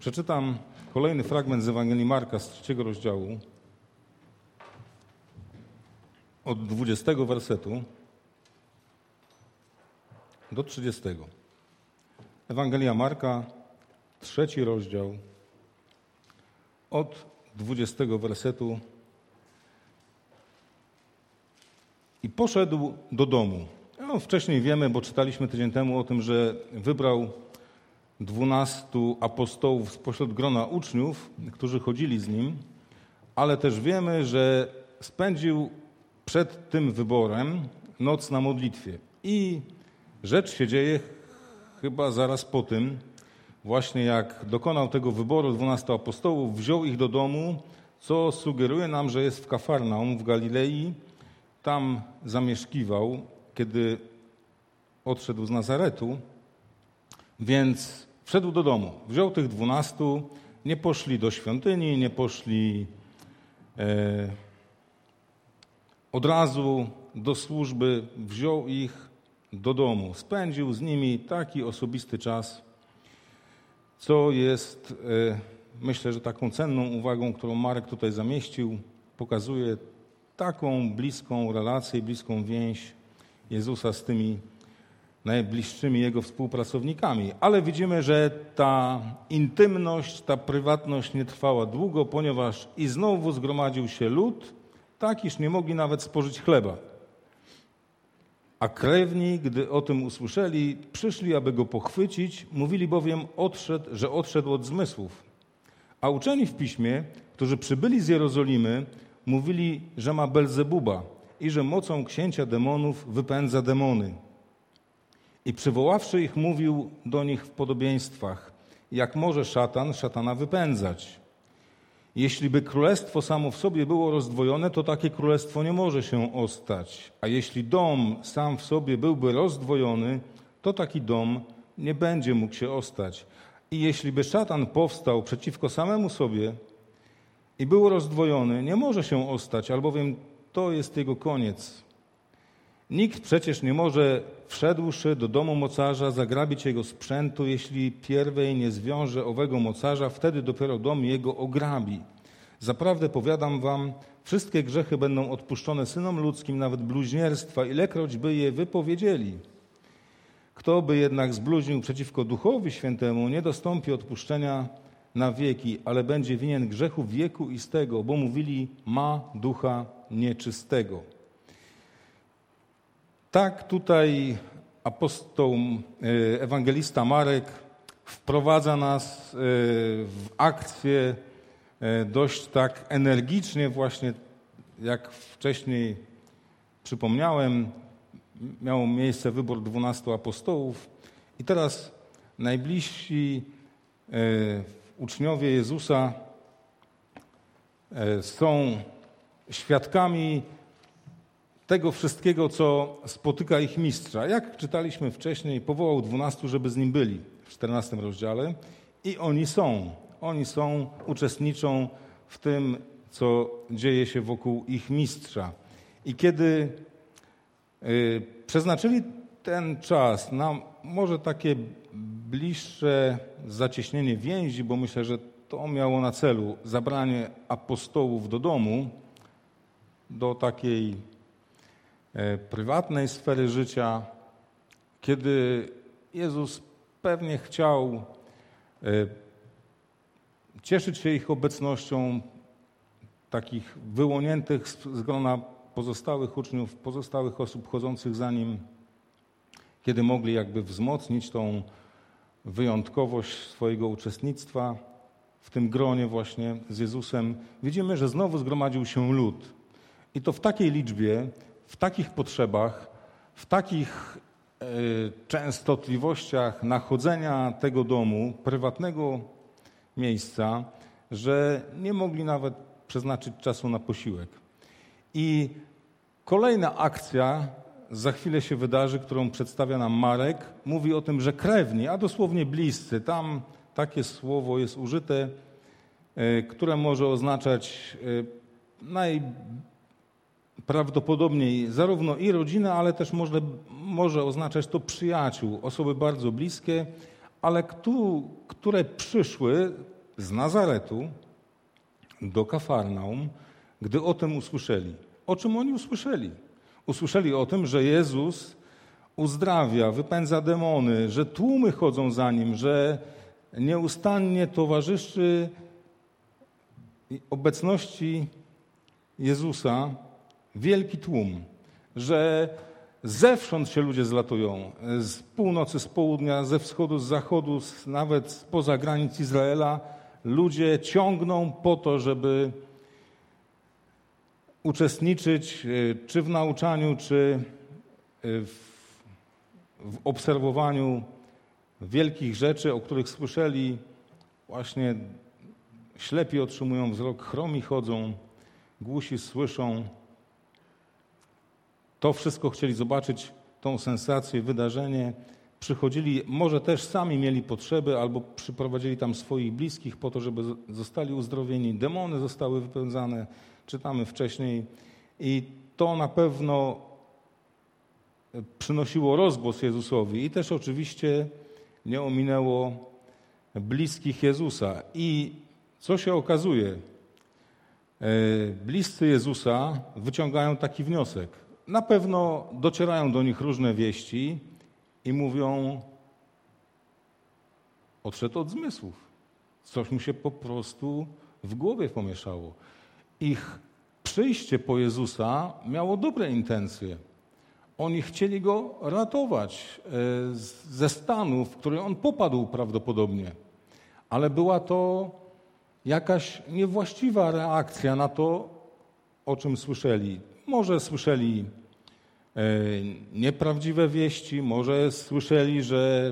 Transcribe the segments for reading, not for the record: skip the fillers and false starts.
Przeczytam kolejny fragment z Ewangelii Marka z 3 rozdziału, od 20 wersetu do 30. Ewangelia Marka, 3 rozdział, od 20 wersetu. I poszedł do domu. No, wcześniej wiemy, bo czytaliśmy tydzień temu o tym, że wybrał 12 apostołów spośród grona uczniów, którzy chodzili z nim, ale też wiemy, że spędził przed tym wyborem noc na modlitwie. I rzecz się dzieje chyba zaraz po tym, właśnie jak dokonał tego wyboru 12 apostołów, wziął ich do domu, co sugeruje nam, że jest w Kafarnaum w Galilei. Tam zamieszkiwał, kiedy odszedł z Nazaretu, więc wszedł do domu. Wziął tych 12, nie poszli do świątyni, nie poszli od razu do służby, wziął ich do domu. Spędził z nimi taki osobisty czas, co jest, myślę, że taką cenną uwagą, którą Marek tutaj zamieścił, pokazuje taką bliską relację, bliską więź Jezusa z tymi najbliższymi Jego współpracownikami. Ale widzimy, że ta intymność, ta prywatność nie trwała długo, ponieważ i znowu zgromadził się lud, tak iż nie mogli nawet spożyć chleba. A krewni, gdy o tym usłyszeli, przyszli, aby go pochwycić, mówili bowiem, że odszedł od zmysłów. A uczeni w piśmie, którzy przybyli z Jerozolimy, mówili, że ma Belzebuba i że mocą księcia demonów wypędza demony. I przywoławszy ich, mówił do nich w podobieństwach, jak może szatan szatana wypędzać. Jeśli by królestwo samo w sobie było rozdwojone, to takie królestwo nie może się ostać. A jeśli dom sam w sobie byłby rozdwojony, to taki dom nie będzie mógł się ostać. I jeśli by szatan powstał przeciwko samemu sobie i był rozdwojony, nie może się ostać, albowiem to jest jego koniec. Nikt przecież nie może, wszedłszy do domu mocarza, zagrabić jego sprzętu, jeśli pierwej nie zwiąże owego mocarza, wtedy dopiero dom jego ograbi. Zaprawdę powiadam wam, wszystkie grzechy będą odpuszczone synom ludzkim, nawet bluźnierstwa, ilekroć by je wypowiedzieli. Kto by jednak zbluźnił przeciwko Duchowi Świętemu, nie dostąpi odpuszczenia na wieki, ale będzie winien grzechu wiekuistego, bo mówili, ma ducha nieczystego. Tak tutaj apostoł, ewangelista Marek wprowadza nas w akcję dość tak energicznie, właśnie jak wcześniej przypomniałem, miał miejsce wybór 12 apostołów i teraz najbliżsi uczniowie Jezusa są świadkami tego wszystkiego, co spotyka ich mistrza. Jak czytaliśmy wcześniej, powołał 12, żeby z nim byli w 14 rozdziale i oni są, uczestniczą w tym, co dzieje się wokół ich mistrza. I kiedy przeznaczyli ten czas na może takie bliższe zacieśnienie więzi, bo myślę, że to miało na celu zabranie apostołów do domu, do takiej prywatnej sfery życia, kiedy Jezus pewnie chciał cieszyć się ich obecnością, takich wyłoniętych z grona pozostałych uczniów, pozostałych osób chodzących za Nim, kiedy mogli jakby wzmocnić tą wyjątkowość swojego uczestnictwa w tym gronie właśnie z Jezusem. Widzimy, że znowu zgromadził się lud. I to w takiej liczbie, w takich potrzebach, w takich częstotliwościach nachodzenia tego domu, prywatnego miejsca, że nie mogli nawet przeznaczyć czasu na posiłek. I kolejna akcja za chwilę się wydarzy, którą przedstawia nam Marek, mówi o tym, że krewni, a dosłownie bliscy, tam takie słowo jest użyte, które może oznaczać najprawdopodobniej zarówno i rodzinę, ale też może oznaczać to przyjaciół, osoby bardzo bliskie, ale które przyszły z Nazaretu do Kafarnaum, gdy o tym usłyszeli. O czym oni usłyszeli? Usłyszeli o tym, że Jezus uzdrawia, wypędza demony, że tłumy chodzą za Nim, że nieustannie towarzyszy obecności Jezusa wielki tłum, że zewsząd się ludzie zlatują, z północy, z południa, ze wschodu, z zachodu, nawet spoza granic Izraela, ludzie ciągną po to, żeby uczestniczyć czy w nauczaniu, czy w obserwowaniu wielkich rzeczy, o których słyszeli. Właśnie ślepi otrzymują wzrok, chromi chodzą, głusi słyszą. To wszystko chcieli zobaczyć, tą sensację, wydarzenie. Przychodzili, może też sami mieli potrzeby, albo przyprowadzili tam swoich bliskich po to, żeby zostali uzdrowieni. Demony zostały wypędzane, czytamy wcześniej. I to na pewno przynosiło rozgłos Jezusowi. I też oczywiście nie ominęło bliskich Jezusa. I co się okazuje? Bliscy Jezusa wyciągają taki wniosek. Na pewno docierają do nich różne wieści i mówią: odszedł od zmysłów. Coś mu się po prostu w głowie pomieszało. Ich przyjście po Jezusa miało dobre intencje. Oni chcieli Go ratować ze stanu, w który On popadł prawdopodobnie. Ale była to jakaś niewłaściwa reakcja na to, o czym słyszeli. Może słyszeli nieprawdziwe wieści, może słyszeli, że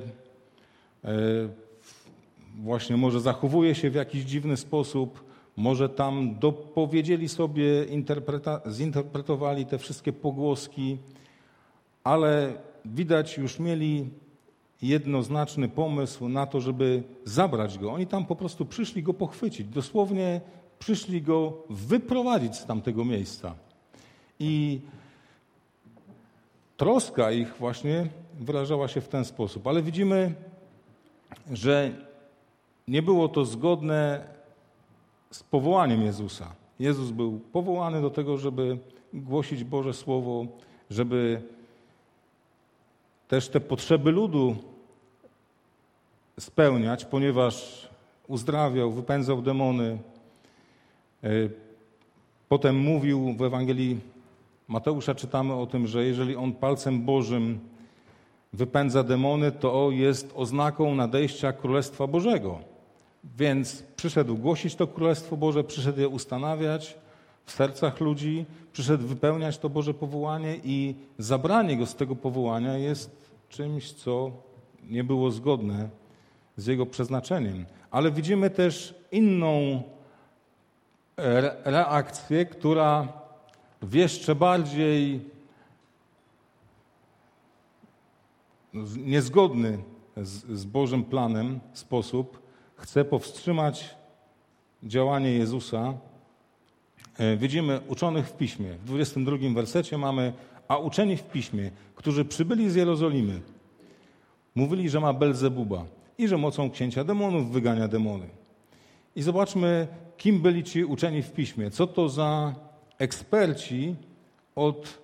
właśnie może zachowuje się w jakiś dziwny sposób, może tam dopowiedzieli sobie, zinterpretowali te wszystkie pogłoski, ale widać już mieli jednoznaczny pomysł na to, żeby zabrać Go. Oni tam po prostu przyszli Go pochwycić, dosłownie przyszli Go wyprowadzić z tamtego miejsca. I troska ich właśnie wyrażała się w ten sposób. Ale widzimy, że nie było to zgodne z powołaniem Jezusa. Jezus był powołany do tego, żeby głosić Boże Słowo, żeby też te potrzeby ludu spełniać, ponieważ uzdrawiał, wypędzał demony. Potem mówił w Ewangelii Mateusza, czytamy o tym, że jeżeli on palcem Bożym wypędza demony, to jest oznaką nadejścia Królestwa Bożego. Więc przyszedł głosić to Królestwo Boże, przyszedł je ustanawiać w sercach ludzi, przyszedł wypełniać to Boże powołanie i zabranie go z tego powołania jest czymś, co nie było zgodne z jego przeznaczeniem. Ale widzimy też inną reakcję, która w jeszcze bardziej niezgodny z Bożym planem sposób chce powstrzymać działanie Jezusa. Widzimy uczonych w Piśmie. W 22 wersecie mamy: a uczeni w Piśmie, którzy przybyli z Jerozolimy, mówili, że ma Belzebuba i że mocą księcia demonów wygania demony. I zobaczmy, kim byli ci uczeni w Piśmie. Co to za eksperci od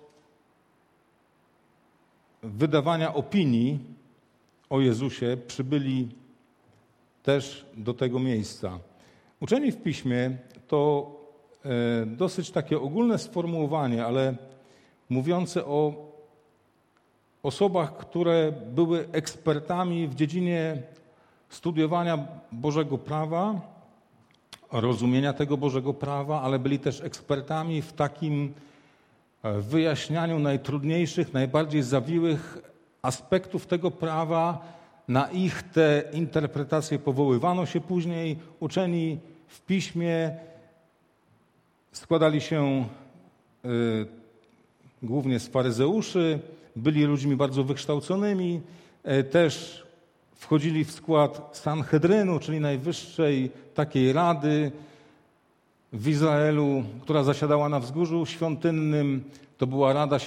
wydawania opinii o Jezusie przybyli też do tego miejsca. Uczeni w Piśmie to dosyć takie ogólne sformułowanie, ale mówiące o osobach, które były ekspertami w dziedzinie studiowania Bożego Prawa, rozumienia tego Bożego Prawa, ale byli też ekspertami w takim wyjaśnianiu najtrudniejszych, najbardziej zawiłych aspektów tego prawa. Na ich te interpretacje powoływano się później. Uczeni w Piśmie składali się głównie z faryzeuszy, byli ludźmi bardzo wykształconymi, też wchodzili w skład Sanhedrynu, czyli najwyższej takiej rady w Izraelu, która zasiadała na wzgórzu świątynnym. To była rada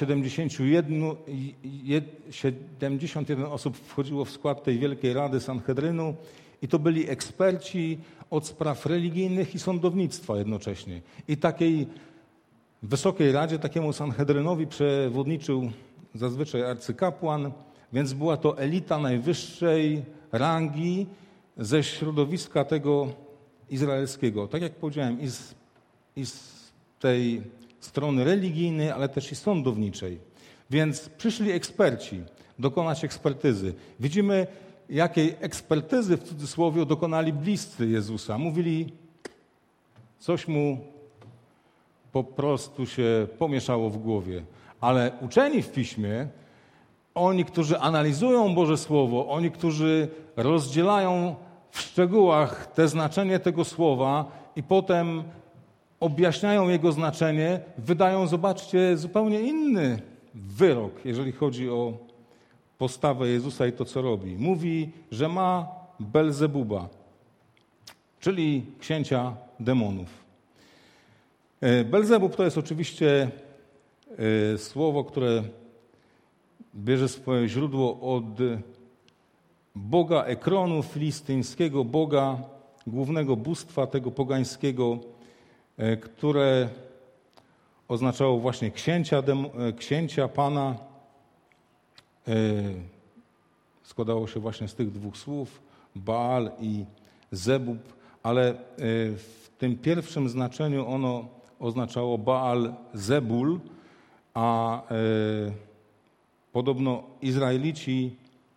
71 osób wchodziło w skład tej wielkiej rady Sanhedrynu I to byli eksperci od spraw religijnych i sądownictwa jednocześnie. I takiej Wysokiej Radzie, takiemu Sanhedrynowi przewodniczył zazwyczaj arcykapłan, więc była to elita najwyższej rangi ze środowiska tego izraelskiego. Tak jak powiedziałem, i z tej strony religijnej, ale też i sądowniczej. Więc przyszli eksperci dokonać ekspertyzy. Widzimy, jakiej ekspertyzy w cudzysłowie dokonali bliscy Jezusa. Mówili, coś mu po prostu się pomieszało w głowie. Ale uczeni w Piśmie, oni, którzy analizują Boże Słowo, oni, którzy rozdzielają w szczegółach te znaczenie tego słowa i potem objaśniają jego znaczenie, wydają, zobaczcie, zupełnie inny wyrok, jeżeli chodzi o postawę Jezusa i to, co robi. Mówi, że ma Belzebuba, czyli księcia demonów. Belzebub to jest oczywiście słowo, które bierze swoje źródło od boga Ekronu, filistyńskiego boga, głównego bóstwa tego pogańskiego, które oznaczało właśnie księcia pana. Składało się właśnie z tych dwóch słów, Baal i Zebub, ale w tym pierwszym znaczeniu ono oznaczało Baal Zebul, a podobno Izraelici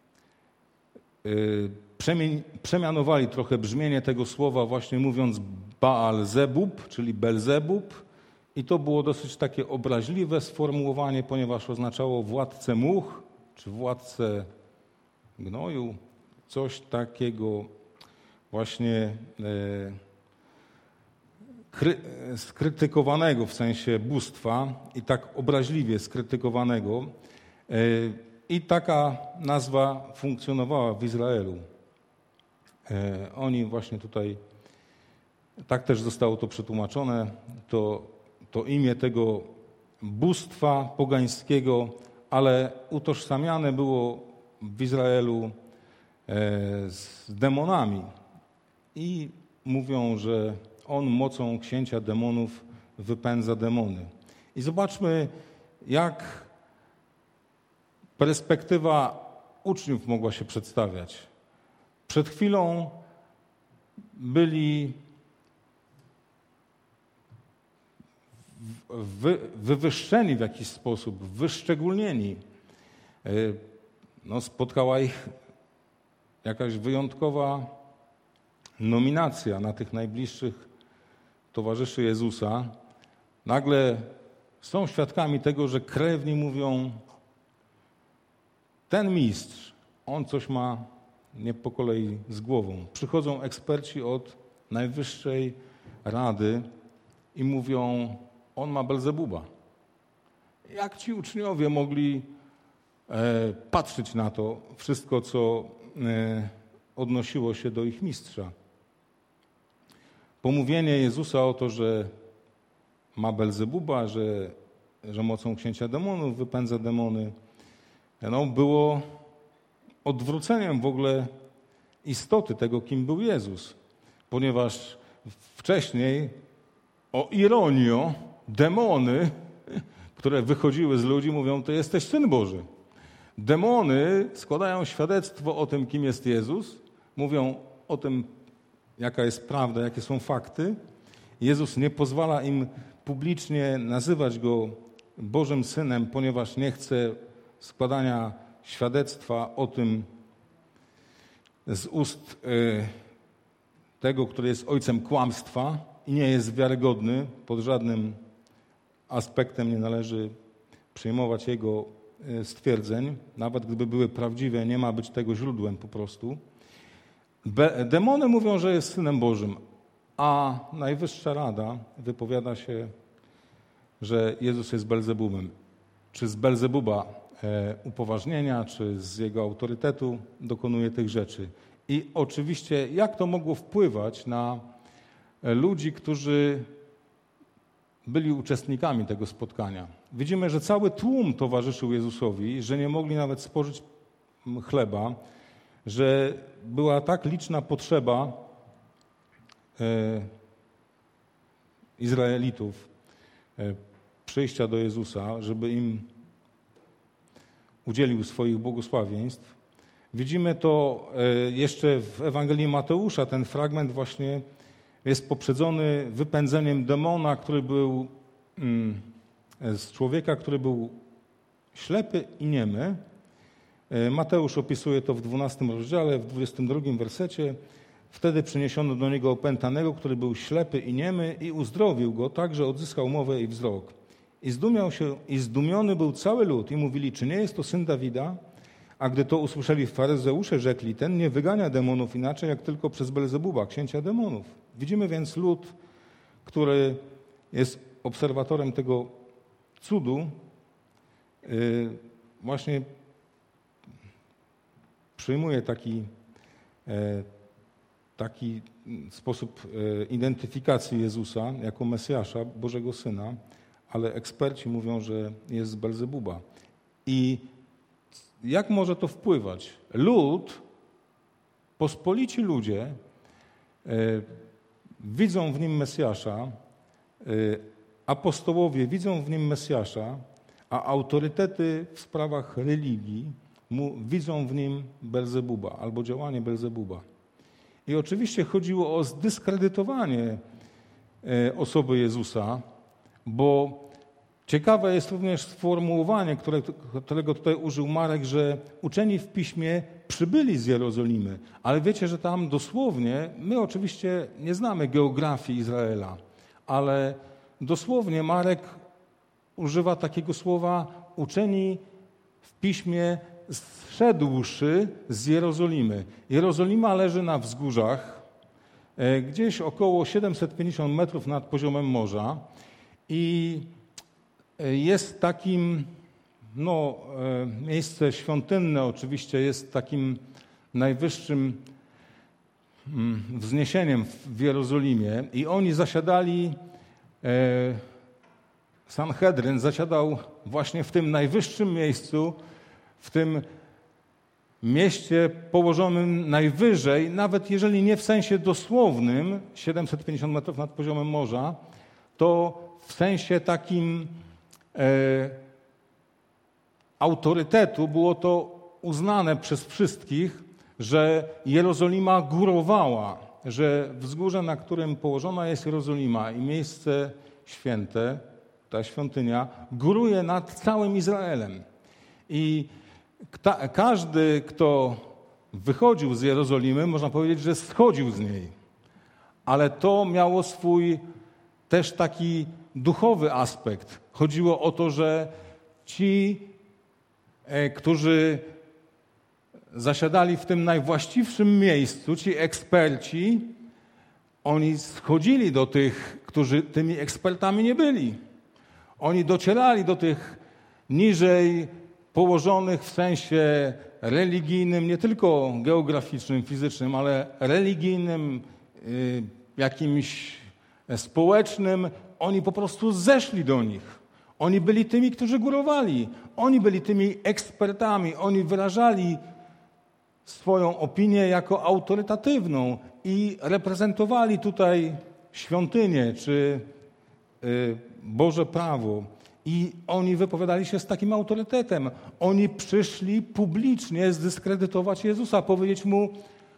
przemianowali trochę brzmienie tego słowa, właśnie mówiąc Baal Zebub, czyli Belzebub, i to było dosyć takie obraźliwe sformułowanie, ponieważ oznaczało władcę much, czy władcę gnoju, coś takiego właśnie skrytykowanego w sensie bóstwa i tak obraźliwie skrytykowanego. I taka nazwa funkcjonowała w Izraelu. Oni właśnie tutaj, tak też zostało to przetłumaczone, to imię tego bóstwa pogańskiego, ale utożsamiane było w Izraelu z demonami. I mówią, że on mocą księcia demonów wypędza demony. I zobaczmy, jak perspektywa uczniów mogła się przedstawiać. Przed chwilą byli wywyższeni w jakiś sposób, wyszczególnieni. Spotkała ich jakaś wyjątkowa nominacja na tych najbliższych towarzyszy Jezusa. Nagle są świadkami tego, że krewni mówią, ten mistrz, on coś ma nie po kolei z głową. Przychodzą eksperci od najwyższej rady i mówią, on ma Belzebuba. Jak ci uczniowie mogli patrzeć na to wszystko, co odnosiło się do ich mistrza? Pomówienie Jezusa o to, że ma Belzebuba, że mocą księcia demonów wypędza demony, było odwróceniem w ogóle istoty tego, kim był Jezus. Ponieważ wcześniej, o ironio, demony, które wychodziły z ludzi, mówią, to jesteś Syn Boży. Demony składają świadectwo o tym, kim jest Jezus, mówią o tym, jaka jest prawda, jakie są fakty. Jezus nie pozwala im publicznie nazywać Go Bożym Synem, ponieważ nie chce składania świadectwa o tym z ust tego, który jest ojcem kłamstwa i nie jest wiarygodny. Pod żadnym aspektem nie należy przyjmować jego stwierdzeń. Nawet gdyby były prawdziwe, nie ma być tego źródłem po prostu. Demony mówią, że jest Synem Bożym, a Najwyższa Rada wypowiada się, że Jezus jest Belzebubem. Czy z Belzebuba upoważnienia, czy z jego autorytetu dokonuje tych rzeczy. I oczywiście, jak to mogło wpływać na ludzi, którzy byli uczestnikami tego spotkania. Widzimy, że cały tłum towarzyszył Jezusowi, że nie mogli nawet spożyć chleba, że była tak liczna potrzeba Izraelitów przyjścia do Jezusa, żeby im udzielił swoich błogosławieństw. Widzimy to jeszcze w Ewangelii Mateusza. Ten fragment właśnie jest poprzedzony wypędzeniem demona, który był z człowieka, który był ślepy i niemy. Mateusz opisuje to w 12 rozdziale, w 22 wersecie. Wtedy przyniesiono do niego opętanego, który był ślepy i niemy i uzdrowił go, tak że odzyskał mowę i wzrok. I zdumiał się, i zdumiony był cały lud i mówili, czy nie jest to syn Dawida? A gdy to usłyszeli faryzeusze, rzekli, ten nie wygania demonów inaczej, jak tylko przez Belzebuba, księcia demonów. Widzimy więc lud, który jest obserwatorem tego cudu, właśnie przyjmuje taki sposób identyfikacji Jezusa jako Mesjasza, Bożego Syna, ale eksperci mówią, że jest z Belzebuba. I jak może to wpływać? Lud, pospolici ludzie widzą w nim Mesjasza, apostołowie widzą w nim Mesjasza, a autorytety w sprawach religii widzą w nim Belzebuba albo działanie Belzebuba. I oczywiście chodziło o zdyskredytowanie osoby Jezusa, bo ciekawe jest również sformułowanie, którego tutaj użył Marek, że uczeni w Piśmie przybyli z Jerozolimy. Ale wiecie, że tam dosłownie, my oczywiście nie znamy geografii Izraela, ale dosłownie Marek używa takiego słowa uczeni w Piśmie zszedłszy z Jerozolimy. Jerozolima leży na wzgórzach, gdzieś około 750 metrów nad poziomem morza i jest takim, miejsce świątynne oczywiście jest takim najwyższym wzniesieniem w Jerozolimie i oni zasiadali, Sanhedryn zasiadał właśnie w tym najwyższym miejscu, w tym mieście położonym najwyżej, nawet jeżeli nie w sensie dosłownym, 750 metrów nad poziomem morza, to w sensie takim autorytetu było to uznane przez wszystkich, że Jerozolima górowała, że wzgórze, na którym położona jest Jerozolima i miejsce święte, ta świątynia, góruje nad całym Izraelem. I każdy, kto wychodził z Jerozolimy, można powiedzieć, że schodził z niej. Ale to miało swój też taki duchowy aspekt. Chodziło o to, że ci, którzy zasiadali w tym najwłaściwszym miejscu, ci eksperci, oni schodzili do tych, którzy tymi ekspertami nie byli. Oni docierali do tych niżej położonych w sensie religijnym, nie tylko geograficznym, fizycznym, ale religijnym, jakimś społecznym. Oni po prostu zeszli do nich. Oni byli tymi, którzy górowali. Oni byli tymi ekspertami. Oni wyrażali swoją opinię jako autorytatywną i reprezentowali tutaj świątynię czy Boże prawo. I oni wypowiadali się z takim autorytetem. Oni przyszli publicznie zdyskredytować Jezusa, powiedzieć Mu: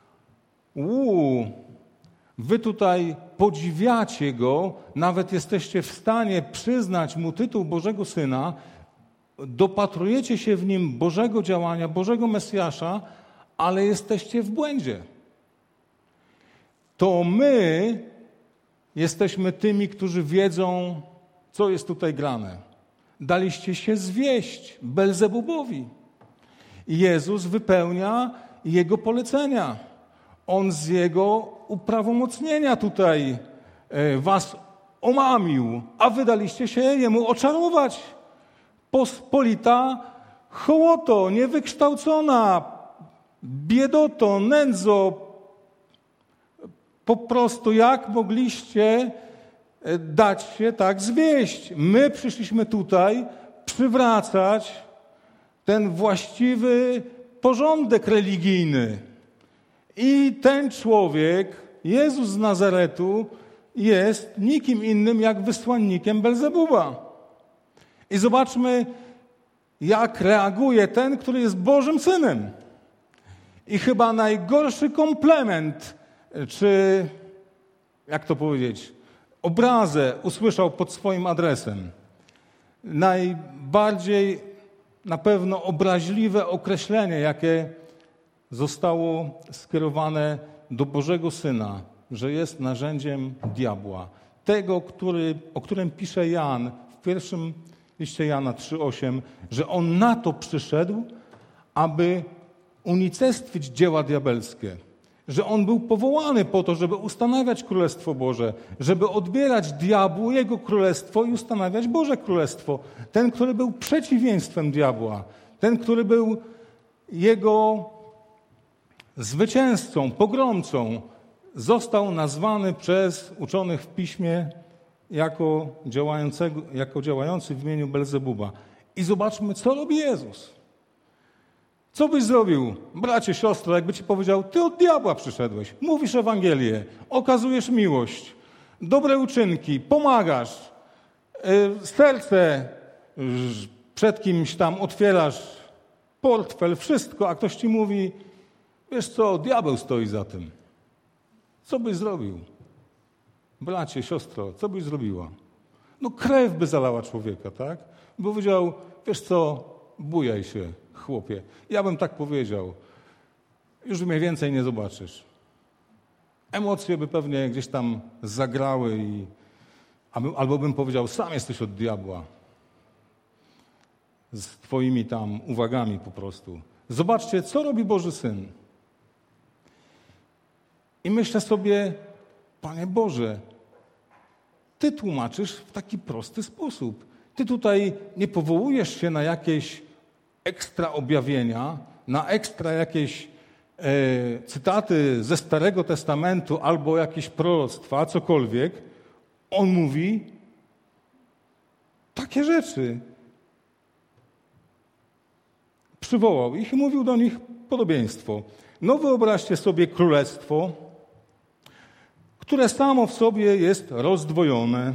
wy tutaj podziwiacie Go, nawet jesteście w stanie przyznać Mu tytuł Bożego Syna, dopatrujecie się w Nim Bożego działania, Bożego Mesjasza, ale jesteście w błędzie. To my jesteśmy tymi, którzy wiedzą, co jest tutaj grane. Daliście się zwieść Belzebubowi. Jezus wypełnia Jego polecenia. On z Jego uprawomocnienia tutaj was omamił, a wy daliście się Jemu oczarować. Pospolita hołoto, niewykształcona, biedoto, nędzo. Po prostu jak mogliście dać się tak zwieść? My przyszliśmy tutaj przywracać ten właściwy porządek religijny. I ten człowiek, Jezus z Nazaretu, jest nikim innym jak wysłannikiem Belzebuba. I zobaczmy, jak reaguje ten, który jest Bożym Synem. I chyba najgorszy komplement, czy jak to powiedzieć, obrazę usłyszał pod swoim adresem. Najbardziej na pewno obraźliwe określenie, jakie zostało skierowane do Bożego Syna, że jest narzędziem diabła. Tego, o którym pisze Jan w pierwszym liście Jana 3,8, że on na to przyszedł, aby unicestwić dzieła diabelskie. Że on był powołany po to, żeby ustanawiać Królestwo Boże, żeby odbierać diabłu jego królestwo i ustanawiać Boże Królestwo. Ten, który był przeciwieństwem diabła, ten, który był jego zwycięzcą, pogromcą, został nazwany przez uczonych w Piśmie jako działający w imieniu Belzebuba. I zobaczmy, co robi Jezus. Co byś zrobił, bracie, siostro, jakby ci powiedział, ty od diabła przyszedłeś, mówisz Ewangelię, okazujesz miłość, dobre uczynki, pomagasz, serce przed kimś tam otwierasz, portfel, wszystko, a ktoś ci mówi, wiesz co, diabeł stoi za tym. Co byś zrobił? Bracie, siostro, co byś zrobiła? No krew by zalała człowieka, tak? Bo powiedział, wiesz co, bujaj się, chłopie. Ja bym tak powiedział. Już mnie więcej nie zobaczysz. Emocje by pewnie gdzieś tam zagrały albo bym powiedział, sam jesteś od diabła. Z twoimi tam uwagami po prostu. Zobaczcie, co robi Boży Syn. I myślę sobie, Panie Boże, Ty tłumaczysz w taki prosty sposób. Ty tutaj nie powołujesz się na jakieś ekstra objawienia, na ekstra jakieś cytaty ze Starego Testamentu albo jakieś proroctwa, cokolwiek. On mówi takie rzeczy. Przywołał ich i mówił do nich podobieństwo. No wyobraźcie sobie królestwo, które samo w sobie jest rozdwojone.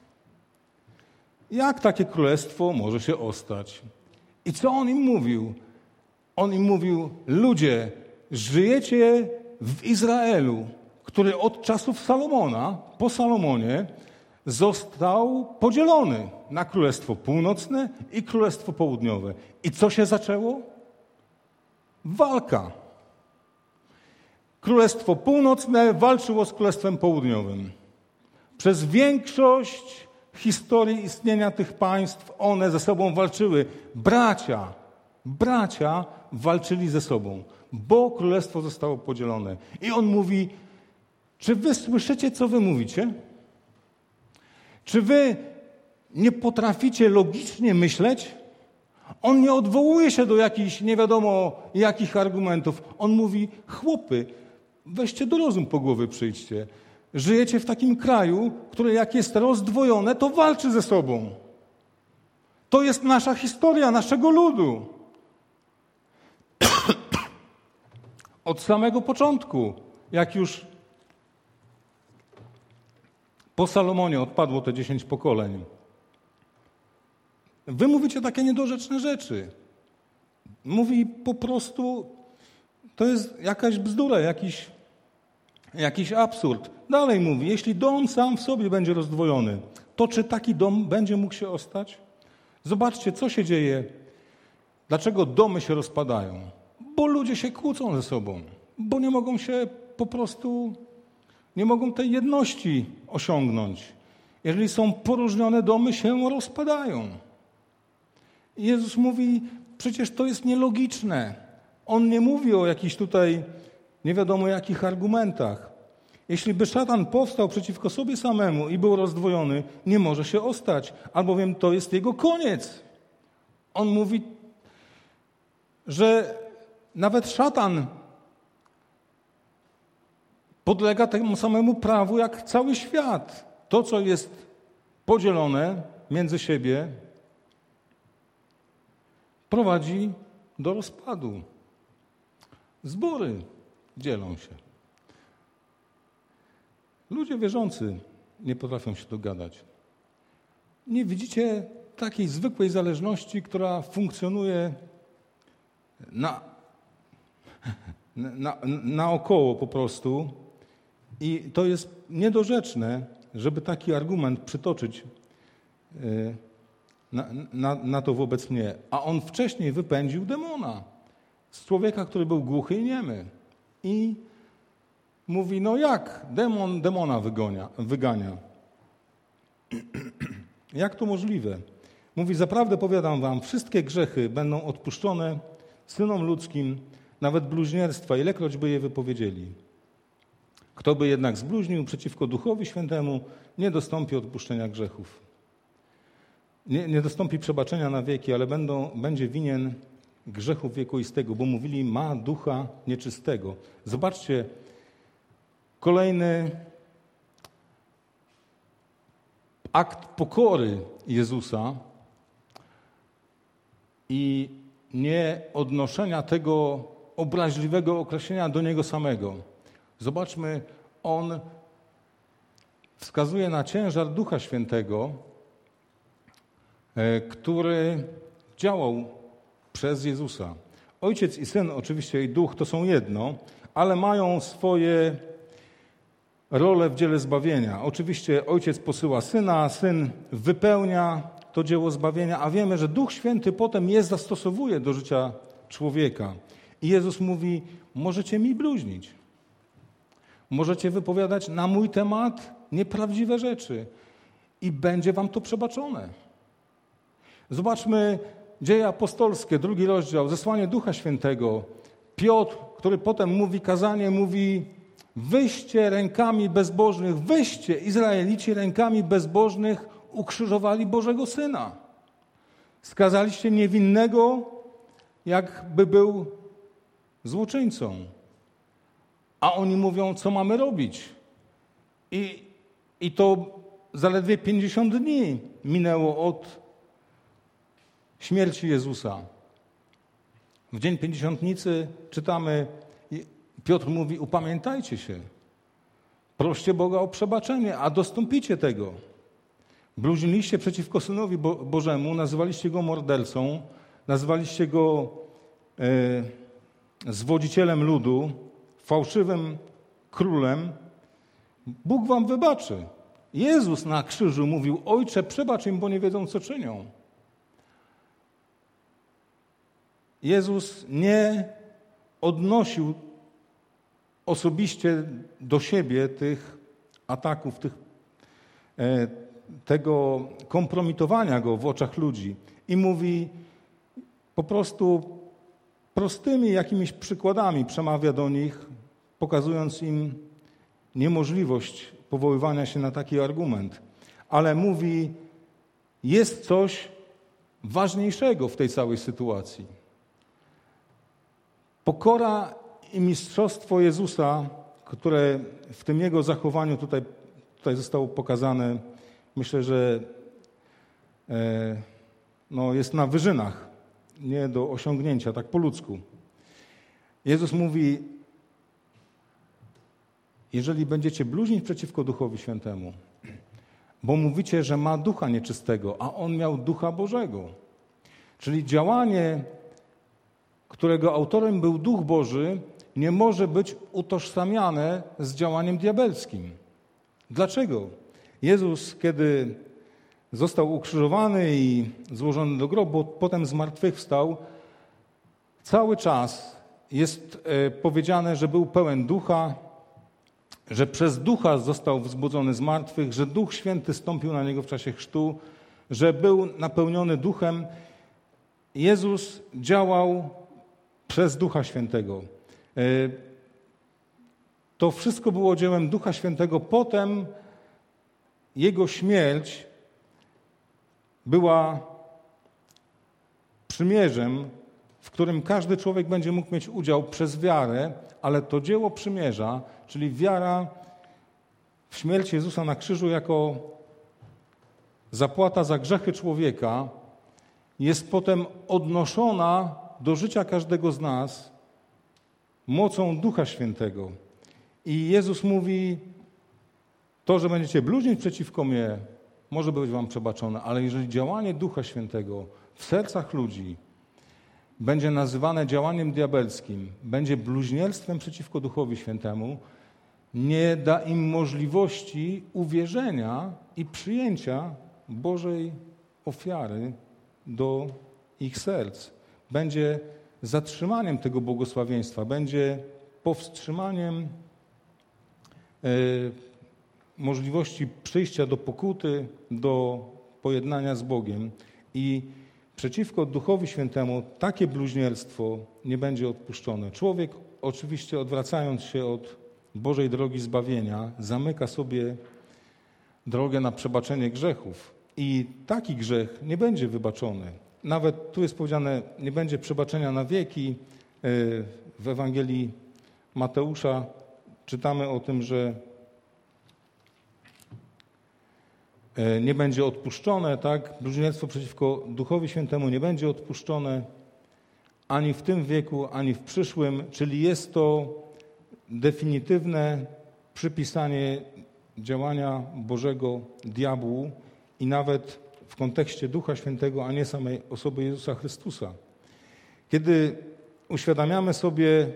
Jak takie królestwo może się ostać? I co on im mówił? On im mówił, ludzie, żyjecie w Izraelu, który od czasów Salomona, po Salomonie, został podzielony na Królestwo Północne i Królestwo Południowe. I co się zaczęło? Walka. Królestwo Północne walczyło z Królestwem Południowym. Przez większość historii istnienia tych państw one ze sobą walczyły. Bracia walczyli ze sobą, bo królestwo zostało podzielone. I on mówi, czy wy słyszycie, co wy mówicie? Czy wy nie potraficie logicznie myśleć? On nie odwołuje się do jakichś nie wiadomo jakich argumentów. On mówi, chłopy, weźcie do rozum po głowy przyjdźcie. Żyjecie w takim kraju, które jak jest rozdwojone, to walczy ze sobą. To jest nasza historia, naszego ludu. Od samego początku, jak już po Salomonie odpadło te 10 pokoleń. Wy mówicie takie niedorzeczne rzeczy. Mówi po prostu, to jest jakaś bzdura, jakiś absurd. Dalej mówi, jeśli dom sam w sobie będzie rozdwojony, to czy taki dom będzie mógł się ostać? Zobaczcie, co się dzieje. Dlaczego domy się rozpadają? Bo ludzie się kłócą ze sobą. Bo nie mogą się po prostu, nie mogą tej jedności osiągnąć. Jeżeli są poróżnione, domy się rozpadają. Jezus mówi, przecież to jest nielogiczne. On nie mówi o jakichś tutaj nie wiadomo jakich argumentach. Jeśli by szatan powstał przeciwko sobie samemu i był rozdwojony, nie może się ostać, albowiem to jest jego koniec. On mówi, że nawet szatan podlega temu samemu prawu jak cały świat. To, co jest podzielone między siebie, prowadzi do rozpadu. Zbory. dzielą się. Ludzie wierzący nie potrafią się dogadać. Nie widzicie takiej zwykłej zależności, która funkcjonuje naokoło po prostu i to jest niedorzeczne, żeby taki argument przytoczyć na to wobec mnie. A on wcześniej wypędził demona z człowieka, który był głuchy i niemy. I mówi, no jak demona wygania? Jak to możliwe? Mówi, zaprawdę powiadam wam, wszystkie grzechy będą odpuszczone synom ludzkim, nawet bluźnierstwa, ilekroć by je wypowiedzieli. Kto by jednak zbluźnił przeciwko Duchowi Świętemu, nie dostąpi odpuszczenia grzechów. Nie dostąpi przebaczenia na wieki, ale będzie winien grzechów wiekuistego, bo mówili, ma ducha nieczystego. Zobaczcie, kolejny akt pokory Jezusa i nie odnoszenia tego obraźliwego określenia do Niego samego. Zobaczmy, On wskazuje na ciężar Ducha Świętego, który działał przez Jezusa. Ojciec i Syn, oczywiście i Duch to są jedno, ale mają swoje role w dziele zbawienia. Oczywiście Ojciec posyła Syna, Syn wypełnia to dzieło zbawienia, a wiemy, że Duch Święty potem je zastosowuje do życia człowieka. I Jezus mówi, możecie mi bluźnić. Możecie wypowiadać na mój temat nieprawdziwe rzeczy i będzie wam to przebaczone. Zobaczmy Dzieje apostolskie, 2 rozdział, zesłanie Ducha Świętego. Piotr, który potem mówi kazanie, mówi, wyście rękami bezbożnych, wyście, Izraelici, rękami bezbożnych ukrzyżowali Bożego Syna. Skazaliście niewinnego, jakby był złoczyńcą. A oni mówią, co mamy robić? I to zaledwie 50 dni minęło od śmierci Jezusa. W dzień Pięćdziesiątnicy czytamy, Piotr mówi, upamiętajcie się. Proście Boga o przebaczenie, a dostąpicie tego. Bluźniliście przeciwko Synowi Bożemu, nazywaliście Go mordercą, nazywaliście Go zwodzicielem ludu, fałszywym królem. Bóg wam wybaczy. Jezus na krzyżu mówił, Ojcze, przebacz im, bo nie wiedzą, co czynią. Jezus nie odnosił osobiście do siebie tych ataków, tego kompromitowania Go w oczach ludzi. I mówi, po prostu prostymi jakimiś przykładami przemawia do nich, pokazując im niemożliwość powoływania się na taki argument. Ale mówi, jest coś ważniejszego w tej całej sytuacji. Pokora i mistrzostwo Jezusa, które w tym Jego zachowaniu tutaj zostało pokazane, myślę, że jest na wyżynach, nie do osiągnięcia, tak po ludzku. Jezus mówi, jeżeli będziecie bluźnić przeciwko Duchowi Świętemu, bo mówicie, że ma ducha nieczystego, a On miał Ducha Bożego. Czyli działanie, którego autorem był Duch Boży, nie może być utożsamiane z działaniem diabelskim. Dlaczego? Jezus, kiedy został ukrzyżowany i złożony do grobu, potem zmartwychwstał, cały czas jest powiedziane, że był pełen ducha, że przez ducha został wzbudzony z martwych, że Duch Święty stąpił na niego w czasie chrztu, że był napełniony duchem. Jezus działał przez Ducha Świętego. To wszystko było dziełem Ducha Świętego. Potem Jego śmierć była przymierzem, w którym każdy człowiek będzie mógł mieć udział przez wiarę, ale to dzieło przymierza, czyli wiara w śmierć Jezusa na krzyżu jako zapłata za grzechy człowieka, jest potem odnoszona do życia każdego z nas mocą Ducha Świętego. I Jezus mówi, to, że będziecie bluźnić przeciwko mnie, może być wam przebaczone, ale jeżeli działanie Ducha Świętego w sercach ludzi będzie nazywane działaniem diabelskim, będzie bluźnierstwem przeciwko Duchowi Świętemu, nie da im możliwości uwierzenia i przyjęcia Bożej ofiary do ich serc. Będzie zatrzymaniem tego błogosławieństwa, będzie powstrzymaniem możliwości przyjścia do pokuty, do pojednania z Bogiem. I przeciwko Duchowi Świętemu takie bluźnierstwo nie będzie odpuszczone. Człowiek oczywiście, odwracając się od Bożej drogi zbawienia, zamyka sobie drogę na przebaczenie grzechów. I taki grzech nie będzie wybaczony. Nawet tu jest powiedziane, nie będzie przebaczenia na wieki. W Ewangelii Mateusza czytamy o tym, że nie będzie odpuszczone, tak? Bluźnierstwo przeciwko Duchowi Świętemu nie będzie odpuszczone ani w tym wieku, ani w przyszłym, czyli jest to definitywne przypisanie działania Bożego diabłu i nawet w kontekście Ducha Świętego, a nie samej osoby Jezusa Chrystusa. Kiedy uświadamiamy sobie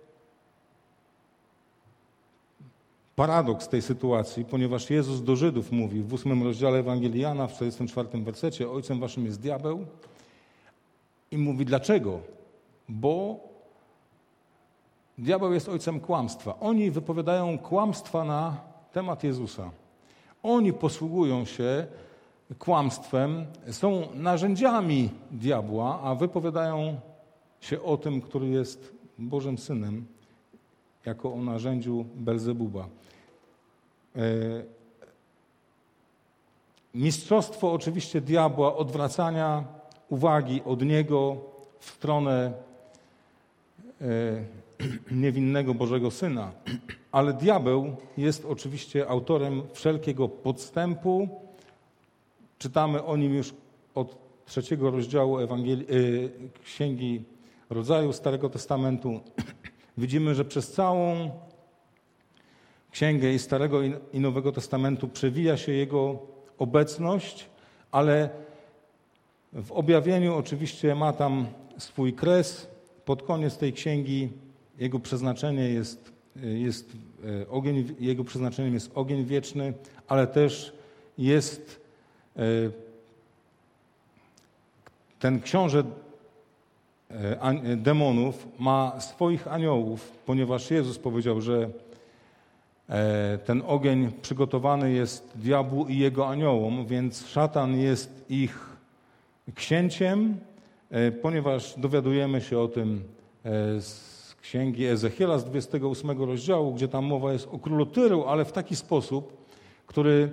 paradoks tej sytuacji, ponieważ Jezus do Żydów mówi w 8 rozdziale Ewangelii Jana, w 44 wersecie, ojcem waszym jest diabeł. I mówi dlaczego? Bo diabeł jest ojcem kłamstwa. Oni wypowiadają kłamstwa na temat Jezusa. Oni posługują się kłamstwem, są narzędziami diabła, a wypowiadają się o tym, który jest Bożym Synem, jako o narzędziu Belzebuba. Mistrzostwo oczywiście diabła odwracania uwagi od niego w stronę niewinnego Bożego Syna. Ale diabeł jest oczywiście autorem wszelkiego podstępu. Czytamy o nim już od 3 rozdziału Księgi Rodzaju Starego Testamentu. Widzimy, że przez całą Księgę i Starego i Nowego Testamentu przewija się jego obecność, ale w objawieniu oczywiście ma tam swój kres. Pod koniec tej księgi jego przeznaczenie jego przeznaczeniem jest ogień wieczny, ale też jest ten książę demonów ma swoich aniołów, ponieważ Jezus powiedział, że ten ogień przygotowany jest diabłu i jego aniołom, więc szatan jest ich księciem, ponieważ dowiadujemy się o tym z księgi Ezechiela z 28 rozdziału, gdzie tam mowa jest o królu Tyru, ale w taki sposób, który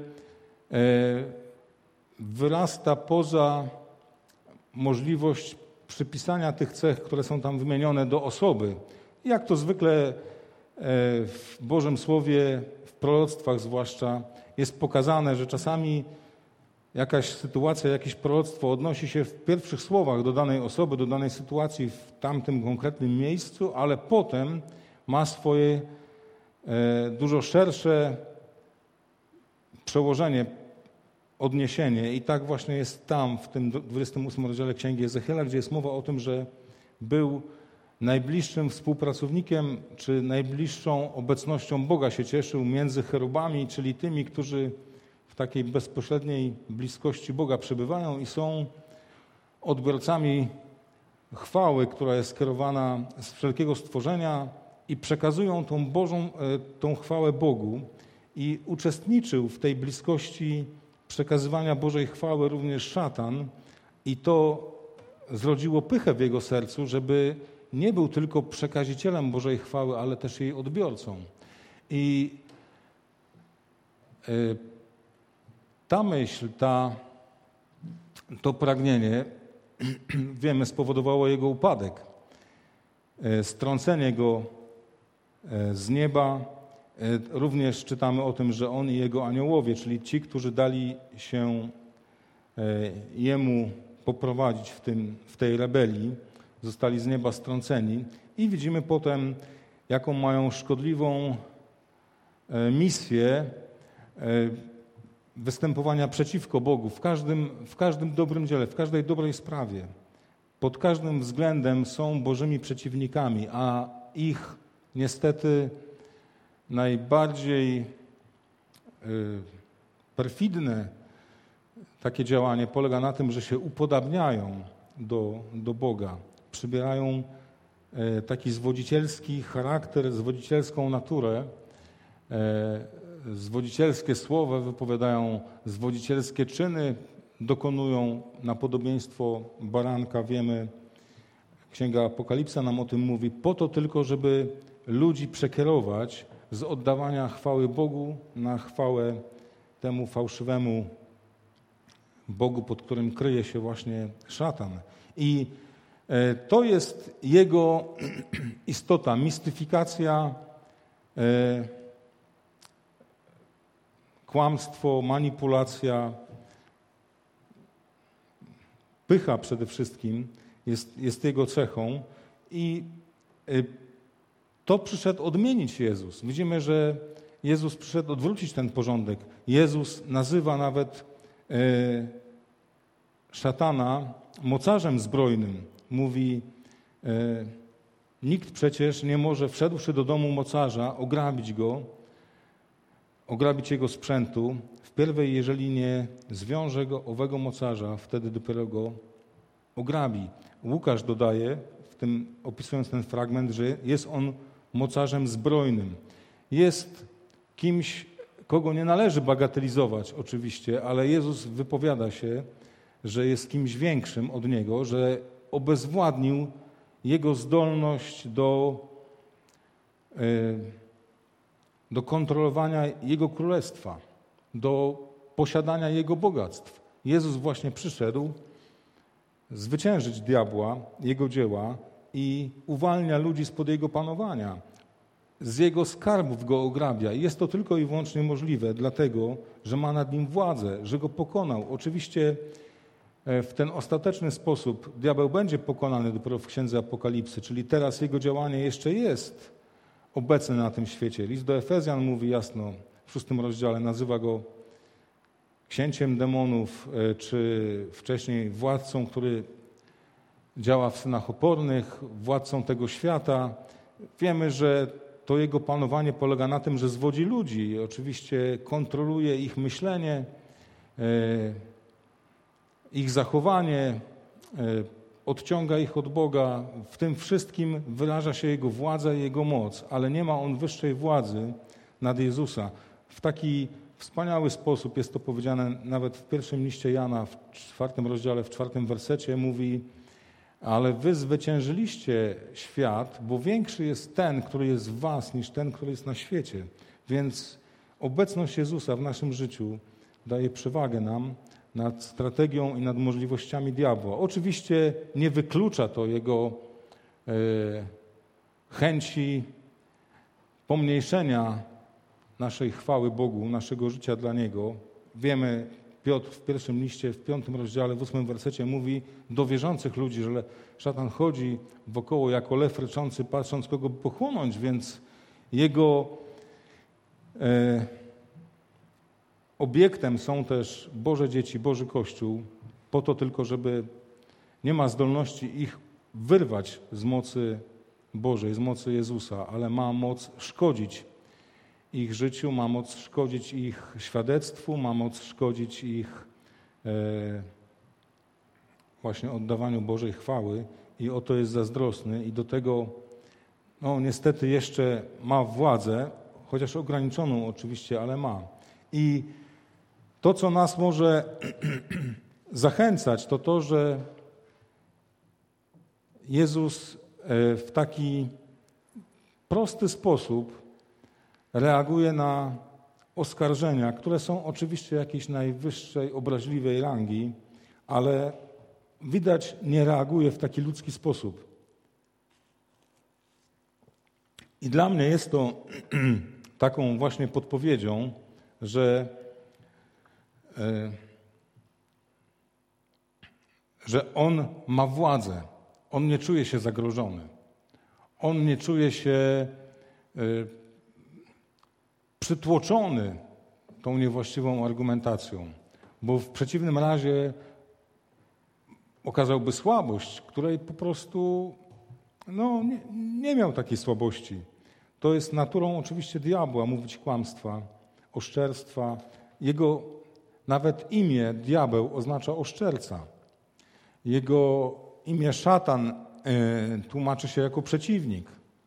wyrasta poza możliwość przypisania tych cech, które są tam wymienione do osoby. Jak to zwykle w Bożym Słowie, w proroctwach zwłaszcza, jest pokazane, że czasami jakaś sytuacja, jakieś proroctwo odnosi się w pierwszych słowach do danej osoby, do danej sytuacji w tamtym konkretnym miejscu, ale potem ma swoje dużo szersze przełożenie, odniesienie. I tak właśnie jest tam, w tym 28 rozdziale Księgi Ezechiela, gdzie jest mowa o tym, że był najbliższym współpracownikiem, czy najbliższą obecnością Boga się cieszył między cherubami, czyli tymi, którzy w takiej bezpośredniej bliskości Boga przebywają i są odbiorcami chwały, która jest skierowana z wszelkiego stworzenia i przekazują tą chwałę Bogu. I uczestniczył w tej bliskości przekazywania Bożej chwały również szatan i to zrodziło pychę w jego sercu, żeby nie był tylko przekazicielem Bożej chwały, ale też jej odbiorcą. I ta myśl, to pragnienie, wiemy, spowodowało jego upadek, strącenie go z nieba. Również czytamy o tym, że on i jego aniołowie, czyli ci, którzy dali się jemu poprowadzić w tej rebelii, zostali z nieba strąceni. I widzimy potem jaką mają szkodliwą misję występowania przeciwko Bogu w każdym dobrym dziele, w każdej dobrej sprawie. Pod każdym względem są Bożymi przeciwnikami, a ich niestety najbardziej perfidne takie działanie polega na tym, że się upodabniają do Boga. Przybierają taki zwodzicielski charakter, zwodzicielską naturę, zwodzicielskie słowa wypowiadają, zwodzicielskie czyny dokonują na podobieństwo baranka. Wiemy, Księga Apokalipsa nam o tym mówi, po to tylko, żeby ludzi przekierować z oddawania chwały Bogu na chwałę temu fałszywemu Bogu, pod którym kryje się właśnie szatan. I to jest jego istota, mistyfikacja, kłamstwo, manipulacja, pycha przede wszystkim jest jego cechą i to przyszedł odmienić Jezus. Widzimy, że Jezus przyszedł odwrócić ten porządek. Jezus nazywa nawet szatana mocarzem zbrojnym. Mówi, nikt przecież nie może, wszedłszy do domu mocarza, ograbić jego sprzętu. Wpierwej, jeżeli nie zwiąże go owego mocarza, wtedy dopiero go ograbi. Łukasz dodaje, opisując ten fragment, że jest on mocarzem zbrojnym. Jest kimś, kogo nie należy bagatelizować oczywiście, ale Jezus wypowiada się, że jest kimś większym od Niego, że obezwładnił Jego zdolność do kontrolowania Jego królestwa, do posiadania Jego bogactw. Jezus właśnie przyszedł zwyciężyć diabła, jego dzieła i uwalnia ludzi spod jego panowania. Z jego skarbów go ograbia. I jest to tylko i wyłącznie możliwe, dlatego, że ma nad nim władzę, że go pokonał. Oczywiście w ten ostateczny sposób diabeł będzie pokonany dopiero w Księdze Apokalipsy, czyli teraz jego działanie jeszcze jest obecne na tym świecie. List do Efezjan mówi jasno w 6 rozdziale, nazywa go księciem demonów, czy wcześniej władcą, który działa w synach opornych, władcą tego świata. Wiemy, że to jego panowanie polega na tym, że zwodzi ludzi. Oczywiście kontroluje ich myślenie, ich zachowanie, odciąga ich od Boga. W tym wszystkim wyraża się jego władza i jego moc, ale nie ma on wyższej władzy nad Jezusa. W taki wspaniały sposób jest to powiedziane nawet w pierwszym liście Jana, w 4 rozdziale, w 4 wersecie mówi: ale wy zwyciężyliście świat, bo większy jest ten, który jest w was, niż ten, który jest na świecie. Więc obecność Jezusa w naszym życiu daje przewagę nam nad strategią i nad możliwościami diabła. Oczywiście nie wyklucza to jego chęci pomniejszenia naszej chwały Bogu, naszego życia dla Niego. Wiemy, Piotr w pierwszym liście, w 5 rozdziale, w 8 wersecie mówi do wierzących ludzi, że szatan chodzi wokoło jako lew ryczący, patrząc kogo by pochłonąć, więc jego obiektem są też Boże dzieci, Boży Kościół, po to tylko, żeby nie ma zdolności ich wyrwać z mocy Bożej, z mocy Jezusa, ale ma moc szkodzić ich życiu, ma moc szkodzić ich świadectwu, ma moc szkodzić ich właśnie oddawaniu Bożej chwały i o to jest zazdrosny i do tego niestety jeszcze ma władzę, chociaż ograniczoną oczywiście, ale ma. I to, co nas może zachęcać, to to, że Jezus w taki prosty sposób reaguje na oskarżenia, które są oczywiście jakiejś najwyższej, obraźliwej rangi, ale widać, nie reaguje w taki ludzki sposób. I dla mnie jest to taką właśnie podpowiedzią, że on ma władzę. On nie czuje się zagrożony. On nie czuje się przytłoczony tą niewłaściwą argumentacją, bo w przeciwnym razie okazałby słabość, której po prostu nie miał takiej słabości. To jest naturą oczywiście diabła mówić kłamstwa, oszczerstwa. Jego nawet imię diabeł oznacza oszczerca. Jego imię szatan tłumaczy się jako przeciwnik.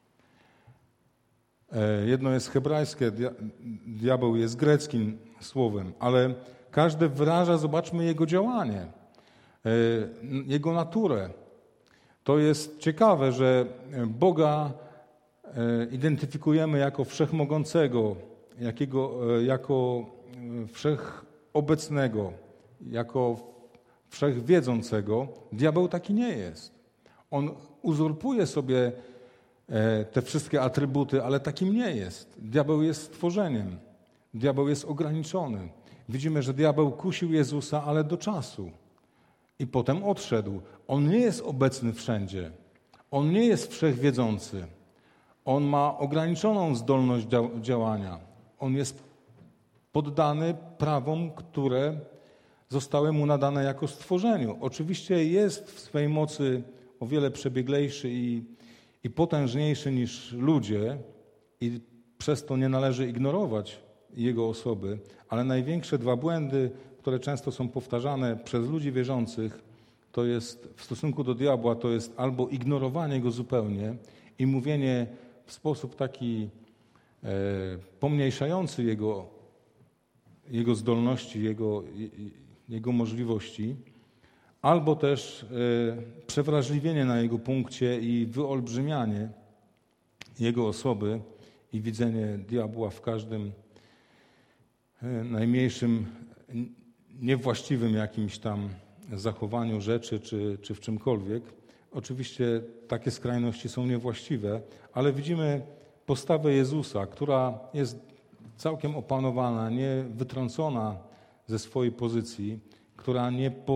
Jedno jest hebrajskie, diabeł jest greckim słowem, ale każdy wyraża, zobaczmy, jego działanie, jego naturę. To jest ciekawe, że Boga identyfikujemy jako wszechmogącego, jako wszechobecnego, jako wszechwiedzącego. Diabeł taki nie jest. On uzurpuje sobie te wszystkie atrybuty, ale takim nie jest. Diabeł jest stworzeniem. Diabeł jest ograniczony. Widzimy, że diabeł kusił Jezusa, ale do czasu. I potem odszedł. On nie jest obecny wszędzie. On nie jest wszechwiedzący. On ma ograniczoną zdolność działania. On jest poddany prawom, które zostały mu nadane jako stworzeniu. Oczywiście jest w swej mocy o wiele przebieglejszy i potężniejszy niż ludzie i przez to nie należy ignorować jego osoby, ale największe dwa błędy, które często są powtarzane przez ludzi wierzących, to jest w stosunku do diabła, to jest albo ignorowanie go zupełnie i mówienie w sposób taki pomniejszający jego zdolności, jego możliwości, albo też przewrażliwienie na jego punkcie i wyolbrzymianie jego osoby i widzenie diabła w każdym najmniejszym, niewłaściwym jakimś tam zachowaniu rzeczy czy w czymkolwiek. Oczywiście takie skrajności są niewłaściwe, ale widzimy postawę Jezusa, która jest całkiem opanowana, nie wytrącona ze swojej pozycji, która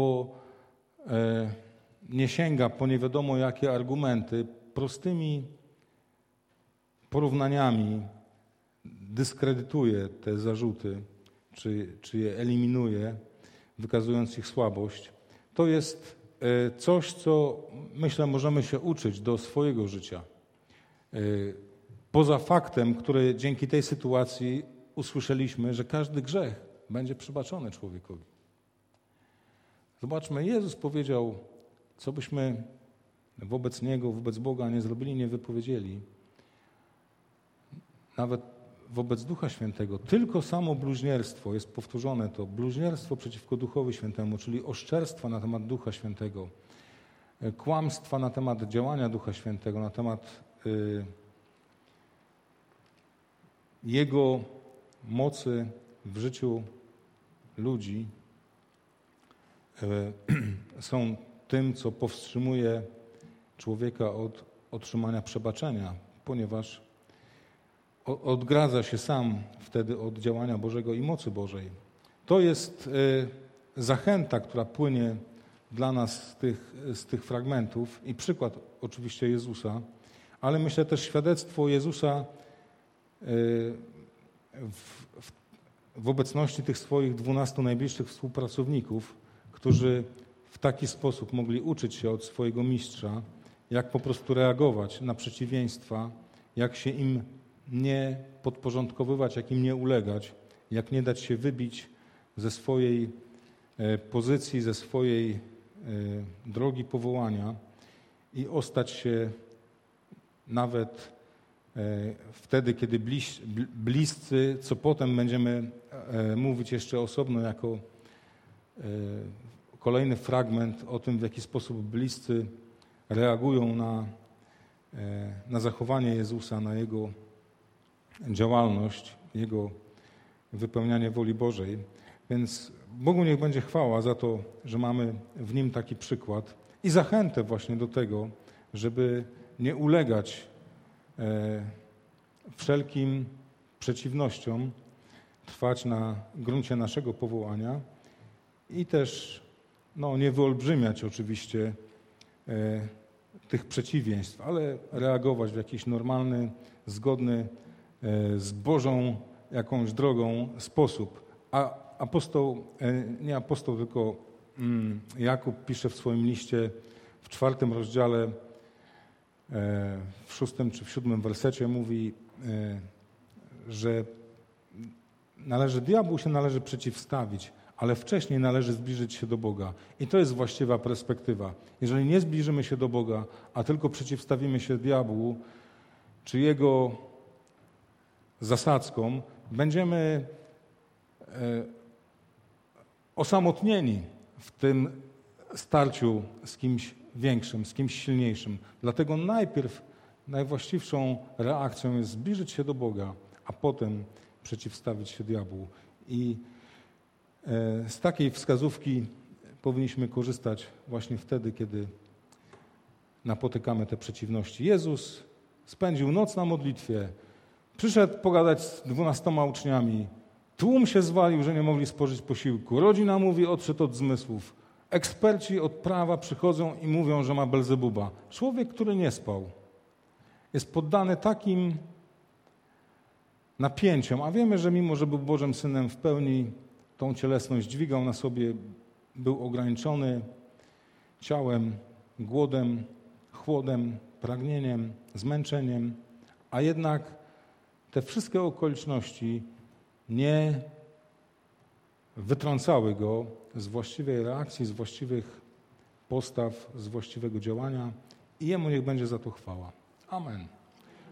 nie sięga po nie wiadomo jakie argumenty, prostymi porównaniami dyskredytuje te zarzuty, czy je eliminuje, wykazując ich słabość. To jest coś, co myślę możemy się uczyć do swojego życia. Poza faktem, który dzięki tej sytuacji usłyszeliśmy, że każdy grzech będzie przebaczony człowiekowi. Zobaczmy, Jezus powiedział, co byśmy wobec Niego, wobec Boga nie zrobili, nie wypowiedzieli. Nawet wobec Ducha Świętego. Tylko samo bluźnierstwo, jest powtórzone to, bluźnierstwo przeciwko Duchowi Świętemu, czyli oszczerstwa na temat Ducha Świętego, kłamstwa na temat działania Ducha Świętego, na temat Jego mocy w życiu ludzi są tym, co powstrzymuje człowieka od otrzymania przebaczenia, ponieważ odgradza się sam wtedy od działania Bożego i mocy Bożej. To jest zachęta, która płynie dla nas z tych fragmentów i przykład oczywiście Jezusa, ale myślę też świadectwo Jezusa w obecności tych swoich 12 najbliższych współpracowników, którzy w taki sposób mogli uczyć się od swojego mistrza, jak po prostu reagować na przeciwieństwa, jak się im nie podporządkowywać, jak im nie ulegać, jak nie dać się wybić ze swojej pozycji, ze swojej drogi powołania i ostać się nawet wtedy, kiedy bliscy, co potem będziemy mówić jeszcze osobno jako kolejny fragment o tym, w jaki sposób bliscy reagują na zachowanie Jezusa, na Jego działalność, Jego wypełnianie woli Bożej. Więc Bogu niech będzie chwała za to, że mamy w Nim taki przykład i zachętę właśnie do tego, żeby nie ulegać wszelkim przeciwnościom, trwać na gruncie naszego powołania i też nie wyolbrzymiać oczywiście tych przeciwieństw, ale reagować w jakiś normalny, zgodny z Bożą jakąś drogą sposób. A nie apostoł, tylko Jakub pisze w swoim liście w 4 rozdziale, w 6 czy w 7 wersecie mówi, że diabłu się należy przeciwstawić, ale wcześniej należy zbliżyć się do Boga. I to jest właściwa perspektywa. Jeżeli nie zbliżymy się do Boga, a tylko przeciwstawimy się diabłu, czy jego zasadzkom, będziemy osamotnieni w tym starciu z kimś większym, z kimś silniejszym. Dlatego najpierw najwłaściwszą reakcją jest zbliżyć się do Boga, a potem przeciwstawić się diabłu. I z takiej wskazówki powinniśmy korzystać właśnie wtedy, kiedy napotykamy te przeciwności. Jezus spędził noc na modlitwie, przyszedł pogadać z 12 uczniami, tłum się zwalił, że nie mogli spożyć posiłku, rodzina mówi, odszedł od zmysłów, eksperci od prawa przychodzą i mówią, że ma Belzebuba. Człowiek, który nie spał, jest poddany takim napięciom, a wiemy, że mimo, że był Bożym Synem w pełni, tą cielesność dźwigał na sobie, był ograniczony ciałem, głodem, chłodem, pragnieniem, zmęczeniem, a jednak te wszystkie okoliczności nie wytrącały go z właściwej reakcji, z właściwych postaw, z właściwego działania i Jemu niech będzie za to chwała. Amen.